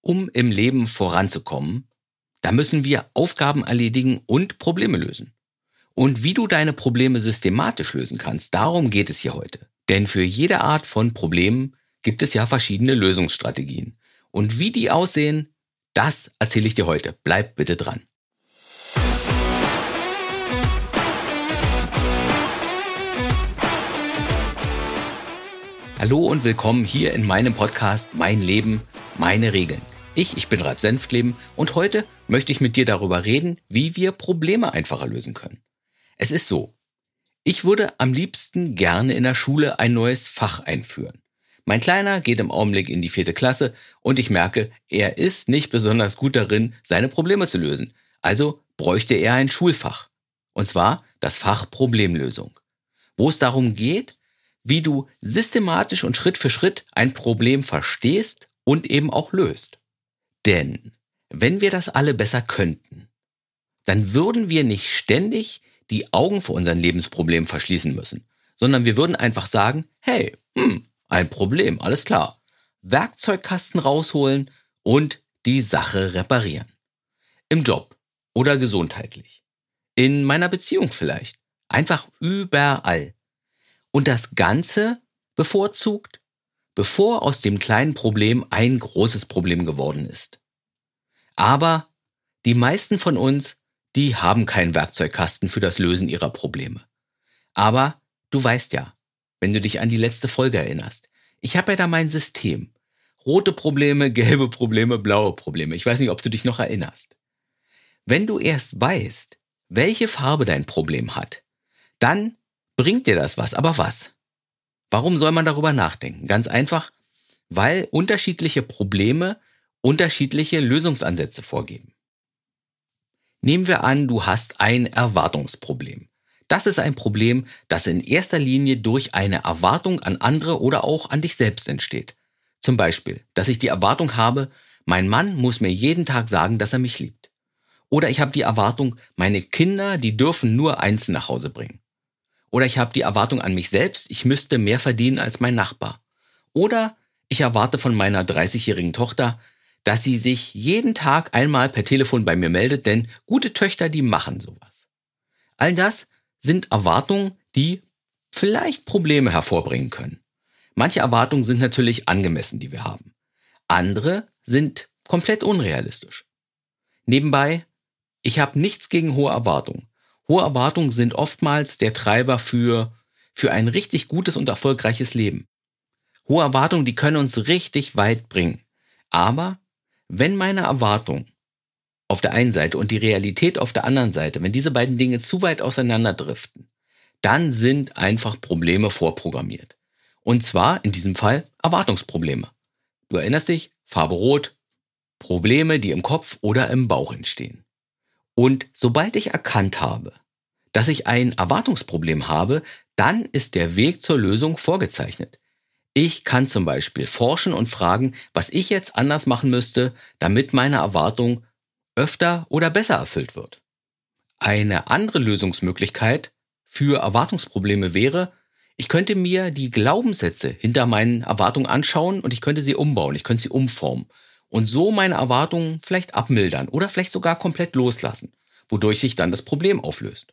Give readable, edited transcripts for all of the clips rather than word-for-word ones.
Um im Leben voranzukommen, da müssen wir Aufgaben erledigen und Probleme lösen. Und wie du deine Probleme systematisch lösen kannst, darum geht es hier heute. Denn für jede Art von Problemen gibt es ja verschiedene Lösungsstrategien. Und wie die aussehen, das erzähle ich dir heute. Bleib bitte dran. Hallo und willkommen hier in meinem Podcast Mein Leben, meine Regeln. Ich bin Ralf Senftleben und heute möchte ich mit dir darüber reden, wie wir Probleme einfacher lösen können. Es ist so, ich würde am liebsten gerne in der Schule ein neues Fach einführen. Mein Kleiner geht im Augenblick in die 4. Klasse und ich merke, er ist nicht besonders gut darin, seine Probleme zu lösen. Also bräuchte er ein Schulfach. Und zwar das Fach Problemlösung. Wo es darum geht, wie du systematisch und Schritt für Schritt ein Problem verstehst und eben auch löst. Denn wenn wir das alle besser könnten, dann würden wir nicht ständig die Augen vor unseren Lebensproblemen verschließen müssen, sondern wir würden einfach sagen, hey, ein Problem, alles klar. Werkzeugkasten rausholen und die Sache reparieren. Im Job oder gesundheitlich. In meiner Beziehung vielleicht. Einfach überall. Und das Ganze bevorzugt, bevor aus dem kleinen Problem ein großes Problem geworden ist. Aber die meisten von uns, die haben keinen Werkzeugkasten für das Lösen ihrer Probleme. Aber du weißt ja, wenn du dich an die letzte Folge erinnerst, ich habe ja da mein System. Rote Probleme, gelbe Probleme, blaue Probleme. Ich weiß nicht, ob du dich noch erinnerst. Wenn du erst weißt, welche Farbe dein Problem hat, dann bringt dir das was, aber was? Warum soll man darüber nachdenken? Ganz einfach, weil unterschiedliche Probleme unterschiedliche Lösungsansätze vorgeben. Nehmen wir an, du hast ein Erwartungsproblem. Das ist ein Problem, das in erster Linie durch eine Erwartung an andere oder auch an dich selbst entsteht. Zum Beispiel, dass ich die Erwartung habe, mein Mann muss mir jeden Tag sagen, dass er mich liebt. Oder ich habe die Erwartung, meine Kinder, die dürfen nur eins nach Hause bringen. Oder ich habe die Erwartung an mich selbst, ich müsste mehr verdienen als mein Nachbar. Oder ich erwarte von meiner 30-jährigen Tochter, dass sie sich jeden Tag einmal per Telefon bei mir meldet, denn gute Töchter, die machen sowas. All das sind Erwartungen, die vielleicht Probleme hervorbringen können. Manche Erwartungen sind natürlich angemessen, die wir haben. Andere sind komplett unrealistisch. Nebenbei, ich habe nichts gegen hohe Erwartungen. Hohe Erwartungen sind oftmals der Treiber für ein richtig gutes und erfolgreiches Leben. Hohe Erwartungen, die können uns richtig weit bringen. Aber wenn meine Erwartung auf der einen Seite und die Realität auf der anderen Seite, wenn diese beiden Dinge zu weit auseinanderdriften, dann sind einfach Probleme vorprogrammiert. Und zwar in diesem Fall Erwartungsprobleme. Du erinnerst dich, Farbe Rot, Probleme, die im Kopf oder im Bauch entstehen. Und sobald ich erkannt habe, dass ich ein Erwartungsproblem habe, dann ist der Weg zur Lösung vorgezeichnet. Ich kann zum Beispiel forschen und fragen, was ich jetzt anders machen müsste, damit meine Erwartung öfter oder besser erfüllt wird. Eine andere Lösungsmöglichkeit für Erwartungsprobleme wäre, ich könnte mir die Glaubenssätze hinter meinen Erwartungen anschauen und ich könnte sie umbauen, ich könnte sie umformen. Und so meine Erwartungen vielleicht abmildern oder vielleicht sogar komplett loslassen, wodurch sich dann das Problem auflöst.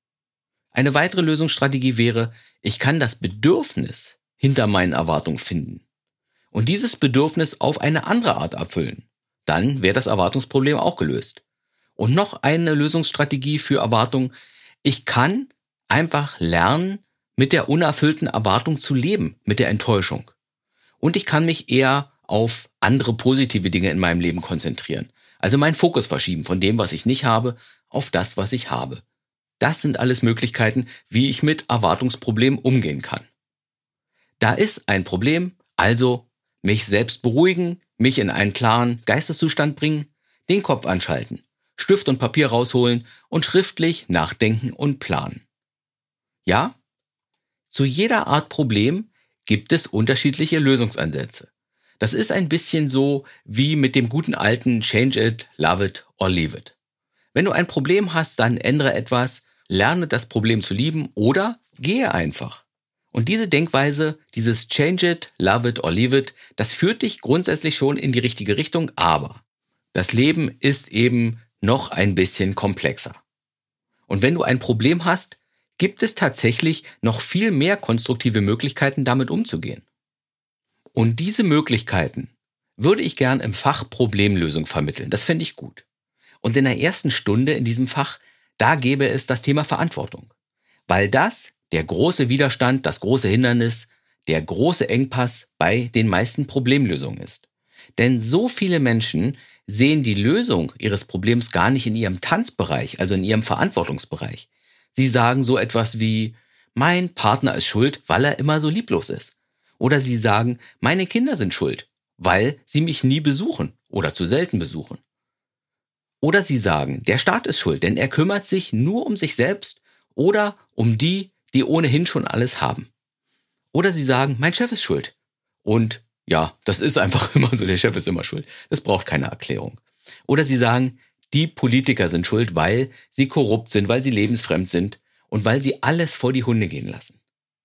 Eine weitere Lösungsstrategie wäre, ich kann das Bedürfnis hinter meinen Erwartungen finden und dieses Bedürfnis auf eine andere Art erfüllen. Dann wäre das Erwartungsproblem auch gelöst. Und noch eine Lösungsstrategie für Erwartungen, ich kann einfach lernen, mit der unerfüllten Erwartung zu leben, mit der Enttäuschung. Und ich kann mich eher auf andere positive Dinge in meinem Leben konzentrieren. Also meinen Fokus verschieben von dem, was ich nicht habe, auf das, was ich habe. Das sind alles Möglichkeiten, wie ich mit Erwartungsproblemen umgehen kann. Da ist ein Problem, also mich selbst beruhigen, mich in einen klaren Geisteszustand bringen, den Kopf anschalten, Stift und Papier rausholen und schriftlich nachdenken und planen. Ja, zu jeder Art Problem gibt es unterschiedliche Lösungsansätze. Das ist ein bisschen so wie mit dem guten alten Change it, love it or leave it. Wenn du ein Problem hast, dann ändere etwas, lerne das Problem zu lieben oder gehe einfach. Und diese Denkweise, dieses Change it, love it or leave it, das führt dich grundsätzlich schon in die richtige Richtung, aber das Leben ist eben noch ein bisschen komplexer. Und wenn du ein Problem hast, gibt es tatsächlich noch viel mehr konstruktive Möglichkeiten, damit umzugehen. Und diese Möglichkeiten würde ich gern im Fach Problemlösung vermitteln. Das fände ich gut. Und in der ersten Stunde in diesem Fach, da gäbe es das Thema Verantwortung. Weil das der große Widerstand, das große Hindernis, der große Engpass bei den meisten Problemlösungen ist. Denn so viele Menschen sehen die Lösung ihres Problems gar nicht in ihrem Tanzbereich, also in ihrem Verantwortungsbereich. Sie sagen so etwas wie, mein Partner ist schuld, weil er immer so lieblos ist. Oder sie sagen, meine Kinder sind schuld, weil sie mich nie besuchen oder zu selten besuchen. Oder sie sagen, der Staat ist schuld, denn er kümmert sich nur um sich selbst oder um die, die ohnehin schon alles haben. Oder sie sagen, mein Chef ist schuld. Und ja, das ist einfach immer so, der Chef ist immer schuld. Das braucht keine Erklärung. Oder sie sagen, die Politiker sind schuld, weil sie korrupt sind, weil sie lebensfremd sind und weil sie alles vor die Hunde gehen lassen.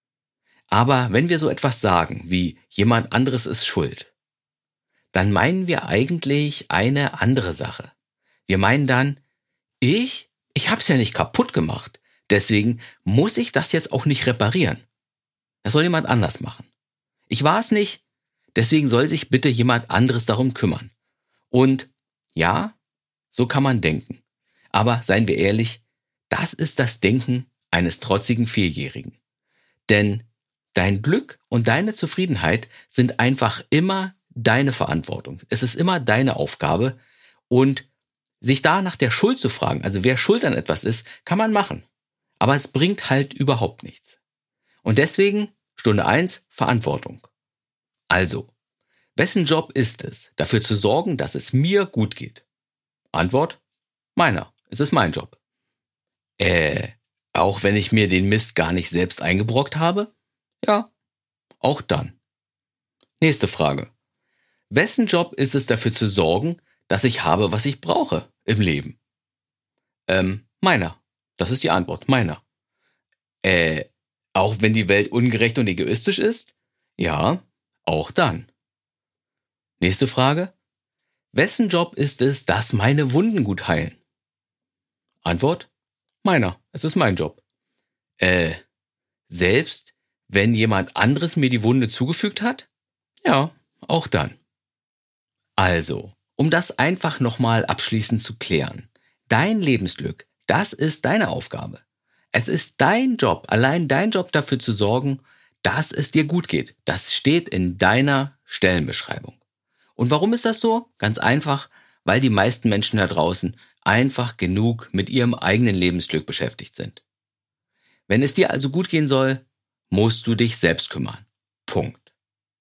Aber wenn wir so etwas sagen wie jemand anderes ist schuld, dann meinen wir eigentlich eine andere Sache. Wir meinen dann, ich hab's ja nicht kaputt gemacht, deswegen muss ich das jetzt auch nicht reparieren. Das soll jemand anders machen. Ich war es nicht, deswegen soll sich bitte jemand anderes darum kümmern. Und ja, so kann man denken. Aber seien wir ehrlich, das ist das Denken eines trotzigen Vierjährigen. Denn dein Glück und deine Zufriedenheit sind einfach immer deine Verantwortung. Es ist immer deine Aufgabe. Und sich da nach der Schuld zu fragen, also wer schuld an etwas ist, kann man machen. Aber es bringt halt überhaupt nichts. Und deswegen Stunde 1, Verantwortung. Also, wessen Job ist es, dafür zu sorgen, dass es mir gut geht? Antwort, meiner. Es ist mein Job. Auch wenn ich mir den Mist gar nicht selbst eingebrockt habe? Ja, auch dann. Nächste Frage. Wessen Job ist es, dafür zu sorgen, dass ich habe, was ich brauche im Leben? Meiner. Das ist die Antwort, meiner. Auch wenn die Welt ungerecht und egoistisch ist? Ja, auch dann. Nächste Frage. Wessen Job ist es, dass meine Wunden gut heilen? Antwort, meiner. Es ist mein Job. Selbst wenn jemand anderes mir die Wunde zugefügt hat? Ja, auch dann. Also, um das einfach nochmal abschließend zu klären. Dein Lebensglück, das ist deine Aufgabe. Es ist dein Job, allein dein Job dafür zu sorgen, dass es dir gut geht. Das steht in deiner Stellenbeschreibung. Und warum ist das so? Ganz einfach, weil die meisten Menschen da draußen einfach genug mit ihrem eigenen Lebensglück beschäftigt sind. Wenn es dir also gut gehen soll, musst du dich selbst kümmern. Punkt.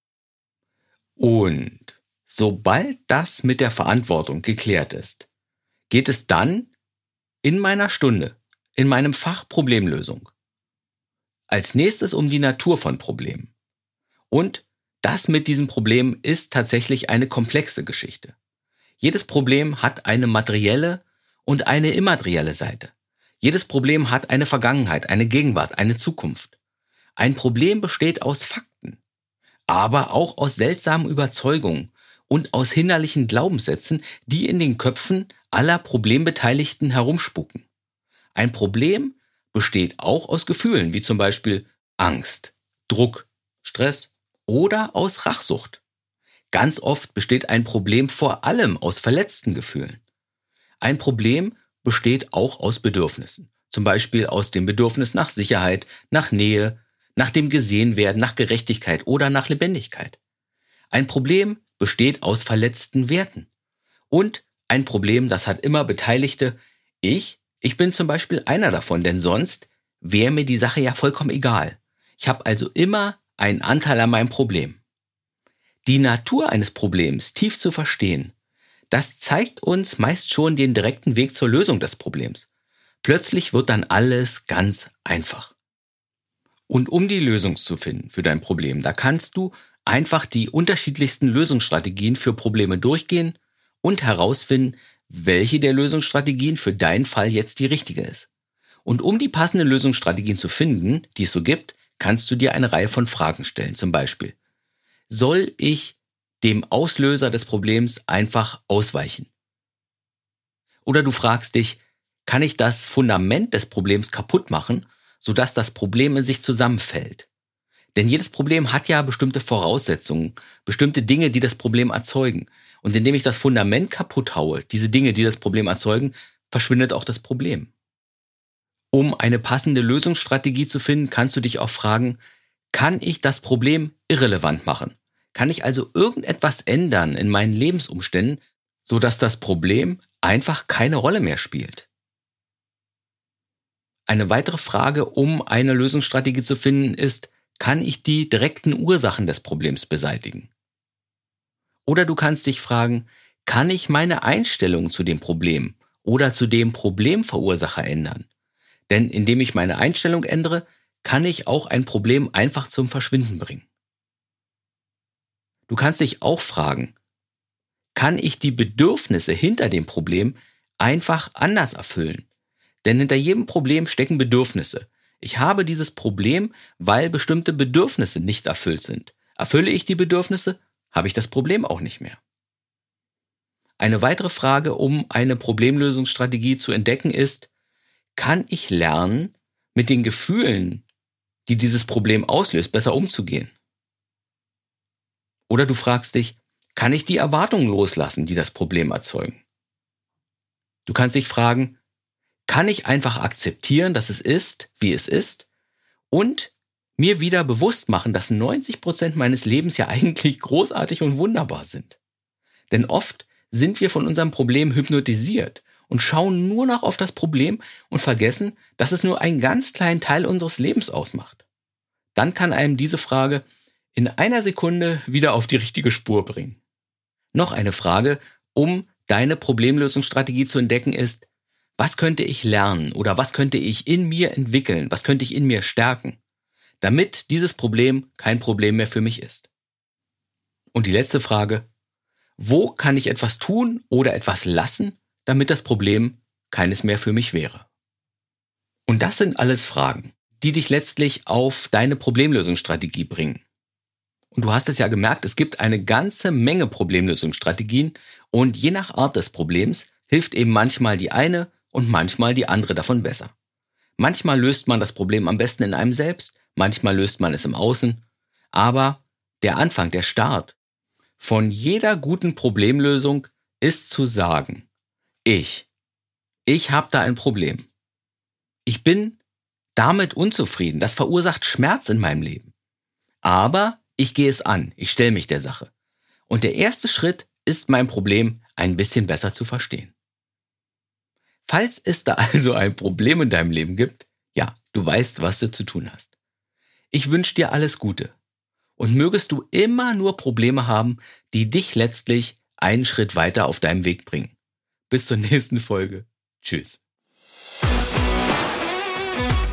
Und sobald das mit der Verantwortung geklärt ist, geht es dann in meiner Stunde, in meinem Fach Problemlösung, als nächstes um die Natur von Problemen. Und das mit diesem Problem ist tatsächlich eine komplexe Geschichte. Jedes Problem hat eine materielle und eine immaterielle Seite. Jedes Problem hat eine Vergangenheit, eine Gegenwart, eine Zukunft. Ein Problem besteht aus Fakten, aber auch aus seltsamen Überzeugungen und aus hinderlichen Glaubenssätzen, die in den Köpfen aller Problembeteiligten herumspuken. Ein Problem besteht auch aus Gefühlen, wie zum Beispiel Angst, Druck, Stress oder aus Rachsucht. Ganz oft besteht ein Problem vor allem aus verletzten Gefühlen. Ein Problem besteht auch aus Bedürfnissen, zum Beispiel aus dem Bedürfnis nach Sicherheit, nach Nähe, nach dem Gesehenwerden, nach Gerechtigkeit oder nach Lebendigkeit. Ein Problem besteht aus verletzten Werten. Und ein Problem, das hat immer Beteiligte. Ich bin zum Beispiel einer davon, denn sonst wäre mir die Sache ja vollkommen egal. Ich habe also immer einen Anteil an meinem Problem. Die Natur eines Problems tief zu verstehen, das zeigt uns meist schon den direkten Weg zur Lösung des Problems. Plötzlich wird dann alles ganz einfach. Und um die Lösung zu finden für dein Problem, da kannst du einfach die unterschiedlichsten Lösungsstrategien für Probleme durchgehen und herausfinden, welche der Lösungsstrategien für deinen Fall jetzt die richtige ist. Und um die passenden Lösungsstrategien zu finden, die es so gibt, kannst du dir eine Reihe von Fragen stellen. Zum Beispiel, soll ich dem Auslöser des Problems einfach ausweichen? Oder du fragst dich, kann ich das Fundament des Problems kaputt machen, sodass das Problem in sich zusammenfällt? Denn jedes Problem hat ja bestimmte Voraussetzungen, bestimmte Dinge, die das Problem erzeugen. Und indem ich das Fundament kaputt haue, diese Dinge, die das Problem erzeugen, verschwindet auch das Problem. Um eine passende Lösungsstrategie zu finden, kannst du dich auch fragen, kann ich das Problem irrelevant machen? Kann ich also irgendetwas ändern in meinen Lebensumständen, sodass das Problem einfach keine Rolle mehr spielt? Eine weitere Frage, um eine Lösungsstrategie zu finden, ist, kann ich die direkten Ursachen des Problems beseitigen? Oder du kannst dich fragen, kann ich meine Einstellung zu dem Problem oder zu dem Problemverursacher ändern? Denn indem ich meine Einstellung ändere, kann ich auch ein Problem einfach zum Verschwinden bringen. Du kannst dich auch fragen, kann ich die Bedürfnisse hinter dem Problem einfach anders erfüllen? Denn hinter jedem Problem stecken Bedürfnisse. Ich habe dieses Problem, weil bestimmte Bedürfnisse nicht erfüllt sind. Erfülle ich die Bedürfnisse, habe ich das Problem auch nicht mehr. Eine weitere Frage, um eine Problemlösungsstrategie zu entdecken, ist, kann ich lernen, mit den Gefühlen, die dieses Problem auslöst, besser umzugehen? Oder du fragst dich, kann ich die Erwartungen loslassen, die das Problem erzeugen? Du kannst dich fragen, kann ich einfach akzeptieren, dass es ist, wie es ist, und mir wieder bewusst machen, dass 90% meines Lebens ja eigentlich großartig und wunderbar sind? Denn oft sind wir von unserem Problem hypnotisiert und schauen nur noch auf das Problem und vergessen, dass es nur einen ganz kleinen Teil unseres Lebens ausmacht. Dann kann einem diese Frage in einer Sekunde wieder auf die richtige Spur bringen. Noch eine Frage, um deine Problemlösungsstrategie zu entdecken, ist, was könnte ich lernen oder was könnte ich in mir entwickeln, was könnte ich in mir stärken, damit dieses Problem kein Problem mehr für mich ist? Und die letzte Frage, wo kann ich etwas tun oder etwas lassen, damit das Problem keines mehr für mich wäre? Und das sind alles Fragen, die dich letztlich auf deine Problemlösungsstrategie bringen. Und du hast es ja gemerkt, es gibt eine ganze Menge Problemlösungsstrategien und je nach Art des Problems hilft eben manchmal die eine und manchmal die andere davon besser. Manchmal löst man das Problem am besten in einem selbst, manchmal löst man es im Außen, aber der Anfang, der Start von jeder guten Problemlösung ist zu sagen, ich habe da ein Problem. Ich bin damit unzufrieden, das verursacht Schmerz in meinem Leben. Aber ich gehe es an, ich stelle mich der Sache. Und der erste Schritt ist, mein Problem ein bisschen besser zu verstehen. Falls es da also ein Problem in deinem Leben gibt, ja, du weißt, was du zu tun hast. Ich wünsche dir alles Gute und mögest du immer nur Probleme haben, die dich letztlich einen Schritt weiter auf deinem Weg bringen. Bis zur nächsten Folge. Tschüss.